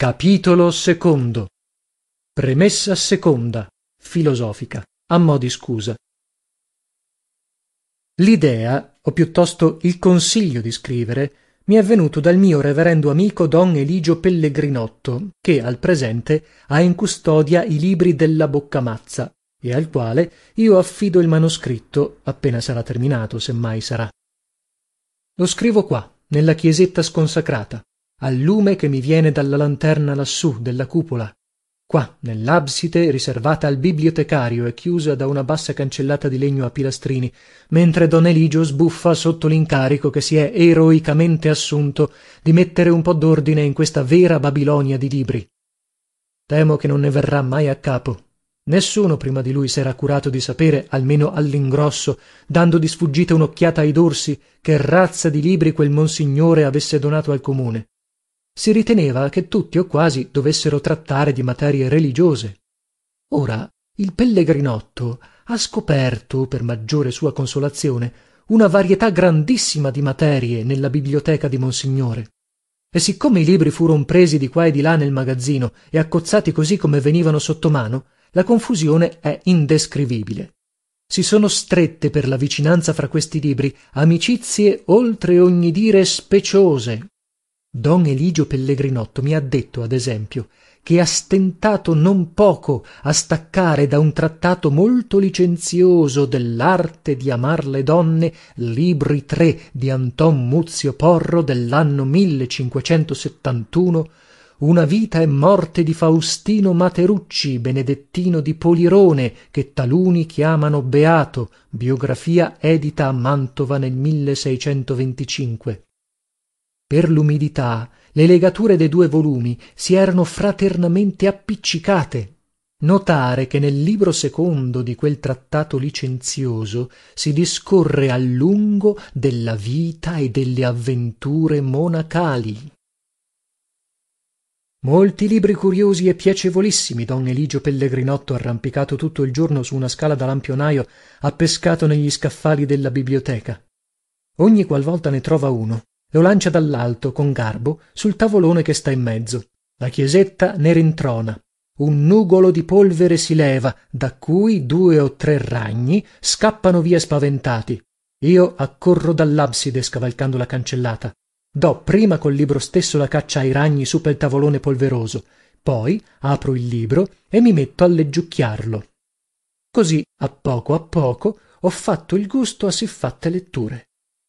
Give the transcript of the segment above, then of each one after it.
Capitolo secondo. Premessa seconda, filosofica, a mo' di scusa. L'idea, o piuttosto il consiglio di scrivere, mi è venuto dal mio reverendo amico don Eligio Pellegrinotto, che al presente ha in custodia i libri della Boccamazza, e al quale io affido il manoscritto, appena sarà terminato, se mai sarà. Lo scrivo qua, nella chiesetta sconsacrata, al lume che mi viene dalla lanterna lassù della cupola, qua nell'abside riservata al bibliotecario e chiusa da una bassa cancellata di legno a pilastrini, mentre don Eligio sbuffa sotto l'incarico che si è eroicamente assunto di mettere un po' d'ordine in questa vera Babilonia di libri. Temo che non ne verrà mai a capo. Nessuno prima di lui s'era curato di sapere, almeno all'ingrosso, dando di sfuggita un'occhiata ai dorsi, che razza di libri quel monsignore avesse donato al comune. Si riteneva che tutti o quasi dovessero trattare di materie religiose. Ora il Pellegrinotto ha scoperto, per maggiore sua consolazione, una varietà grandissima di materie nella biblioteca di monsignore. E siccome i libri furon presi di qua e di là nel magazzino e accozzati così come venivano sotto mano, la confusione è indescrivibile. Si sono strette per la vicinanza fra questi libri amicizie oltre ogni dire speciose. Don Eligio Pellegrinotto mi ha detto, ad esempio, che ha stentato non poco a staccare da un trattato molto licenzioso dell'arte di amar le donne libri 3 di Anton Muzio Porro dell'anno 1571, Una vita e morte di Faustino Materucci, benedettino di Polirone, che taluni chiamano beato, biografia edita a Mantova nel 1625. Per l'umidità le legature dei due volumi si erano fraternamente appiccicate. Notare che nel libro secondo di quel trattato licenzioso si discorre a lungo della vita e delle avventure monacali. Molti libri curiosi e piacevolissimi don Eligio Pellegrinotto, arrampicato tutto il giorno su una scala da lampionaio, ha pescato negli scaffali della biblioteca. Ogni qualvolta ne trova uno, lo lancia dall'alto con garbo sul tavolone che sta in mezzo. La chiesetta ne rintrona. Un nugolo di polvere si leva, da cui 2 o 3 ragni scappano via spaventati. Io accorro dall'abside scavalcando la cancellata. Do prima col libro stesso la caccia ai ragni su pel tavolone polveroso, poi apro il libro e mi metto a leggiucchiarlo. Così a poco ho fatto il gusto a siffatte letture.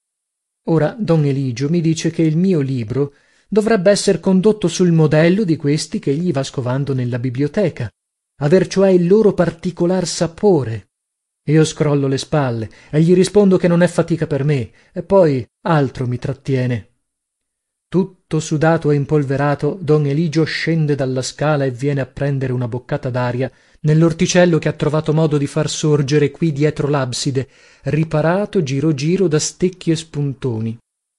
Ora don Eligio mi dice che il mio libro dovrebbe esser condotto sul modello di questi che egli va scovando nella biblioteca, aver cioè il loro particolar sapore. Io scrollo le spalle e gli rispondo che non è fatica per me, e poi altro mi trattiene. Tutto sudato e impolverato, don Eligio scende dalla scala e viene a prendere una boccata d'aria nell'orticello che ha trovato modo di far sorgere qui dietro l'abside, riparato giro giro da stecchi e spuntoni.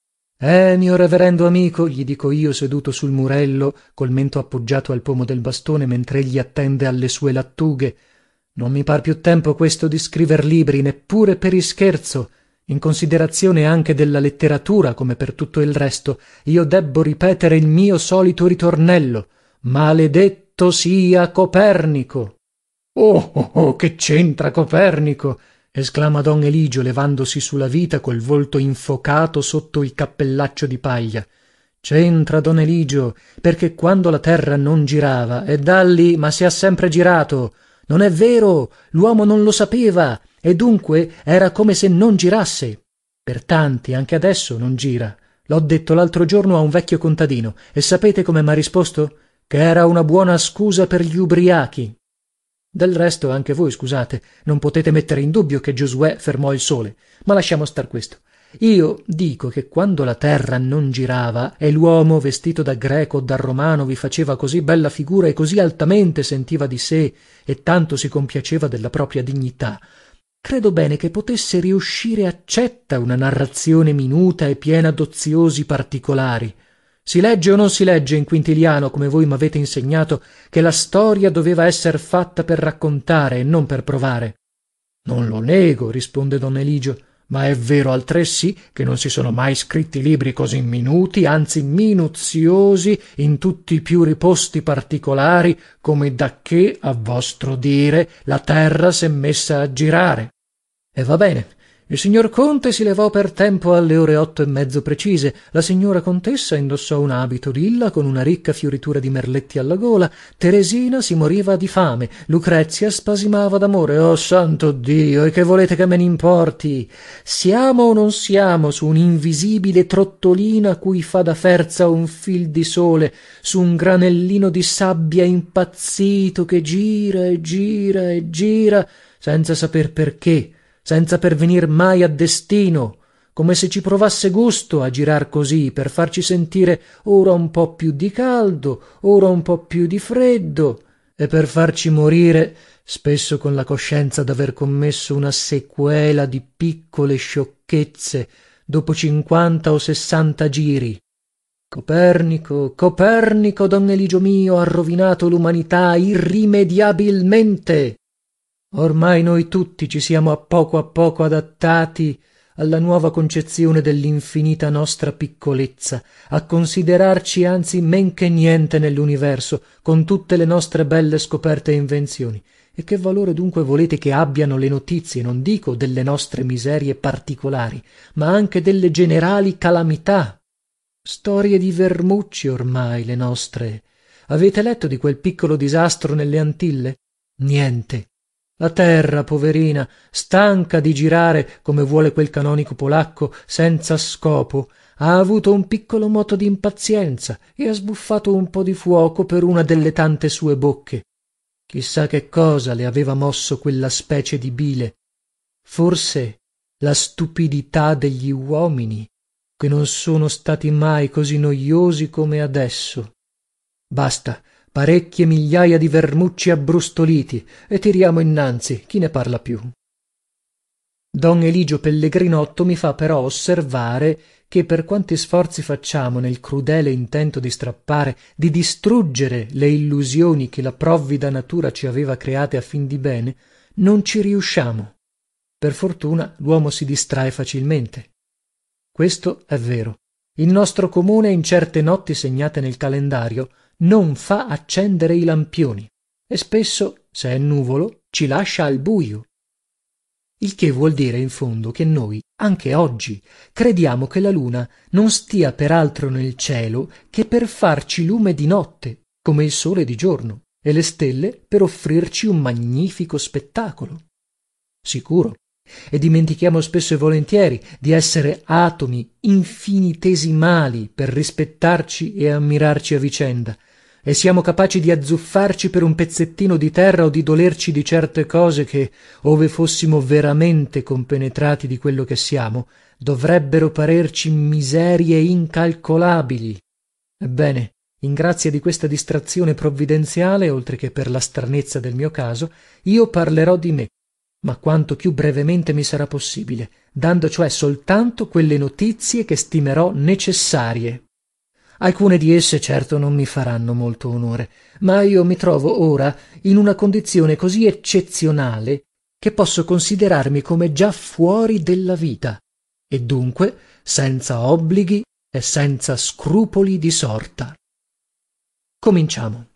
Mio reverendo amico, gli dico io seduto sul murello col mento appoggiato al pomo del bastone mentre egli attende alle sue lattughe, non mi par più tempo questo di scriver libri, neppure per ischerzo. In considerazione anche della letteratura, come per tutto il resto, io debbo ripetere il mio solito ritornello: maledetto sia Copernico. Oh, che c'entra Copernico? Esclama don Eligio levandosi su la vita col volto infocato sotto il cappellaccio di paglia. C'entra, don Eligio, perché quando la terra non girava, e dalli ma si ha sempre girato. Non è vero, l'uomo non lo sapeva, e dunque era come se non girasse. Per tanti anche adesso non gira. L'ho detto l'altro giorno a un vecchio contadino, e sapete come m'ha risposto? Che era una buona scusa per gli ubriachi. Del resto anche voi, scusate, non potete mettere in dubbio che Giosuè fermò il sole, ma lasciamo star questo. Io dico che quando la terra non girava e l'uomo vestito da greco o da romano vi faceva così bella figura e così altamente sentiva di sé e tanto si compiaceva della propria dignità, credo bene che potesse riuscire accetta una narrazione minuta e piena d'oziosi particolari. Si legge o non si legge in Quintiliano, come voi m'avete insegnato, che la storia doveva esser fatta per raccontare e non per provare? Non lo nego, risponde don Eligio, ma è vero altresì che non si sono mai scritti libri così minuti, anzi minuziosi, in tutti i più riposti particolari, come dacché, a vostro dire, la terra s'è messa a girare. E va bene. Il signor conte si levò per tempo alle ore 8:30 precise, la signora contessa indossò un abito lilla con una ricca fioritura di merletti alla gola, Teresina si moriva di fame, Lucrezia spasimava d'amore. Oh santo Dio, e che volete che me n'importi? Siamo o non siamo su un'invisibile trottolina cui fa da ferza un fil di sole, su un granellino di sabbia impazzito che gira e gira e gira senza saper perché, senza pervenir mai a destino, come se ci provasse gusto a girar così, per farci sentire ora un po più di caldo, ora un po più di freddo, e per farci morire spesso con la coscienza d'aver commesso una sequela di piccole sciocchezze dopo 50 o 60 giri. Copernico, Copernico, don Eligio mio, ha rovinato l'umanità irrimediabilmente. Ormai noi tutti ci siamo a poco adattati alla nuova concezione dell'infinita nostra piccolezza, a considerarci anzi men che niente nell'universo, con tutte le nostre belle scoperte e invenzioni. E che valore dunque volete che abbiano le notizie, non dico delle nostre miserie particolari, ma anche delle generali calamità? Storie di vermucci ormai le nostre. Avete letto di quel piccolo disastro nelle Antille? Niente. La terra, poverina, stanca di girare, come vuole quel canonico polacco, senza scopo, ha avuto un piccolo moto d'impazienza e ha sbuffato un po di fuoco per una delle tante sue bocche. Chissà che cosa le aveva mosso quella specie di bile. Forse la stupidità degli uomini, che non sono stati mai così noiosi come adesso. Basta, parecchie migliaia di vermucci abbrustoliti, e tiriamo innanzi, chi ne parla più? Don Eligio Pellegrinotto mi fa però osservare che per quanti sforzi facciamo nel crudele intento di strappare, di distruggere le illusioni che la provvida natura ci aveva create a fin di bene, non ci riusciamo. Per fortuna l'uomo si distrae facilmente. Questo è vero. Il nostro comune in certe notti segnate nel calendario non fa accendere i lampioni e spesso, se è nuvolo, ci lascia al buio. Il che vuol dire in fondo che noi, anche oggi, crediamo che la luna non stia per altro nel cielo che per farci lume di notte, come il sole di giorno, e le stelle per offrirci un magnifico spettacolo. Sicuro. E dimentichiamo spesso e volentieri di essere atomi infinitesimali per rispettarci e ammirarci a vicenda, e siamo capaci di azzuffarci per un pezzettino di terra o di dolerci di certe cose che, ove fossimo veramente compenetrati di quello che siamo, dovrebbero parerci miserie incalcolabili. Ebbene, in grazia di questa distrazione provvidenziale, oltre che per la stranezza del mio caso, io parlerò di me, ma quanto più brevemente mi sarà possibile, dando cioè soltanto quelle notizie che stimerò necessarie. Alcune di esse certo non mi faranno molto onore, ma io mi trovo ora in una condizione così eccezionale che posso considerarmi come già fuori della vita, e dunque senza obblighi e senza scrupoli di sorta. Cominciamo.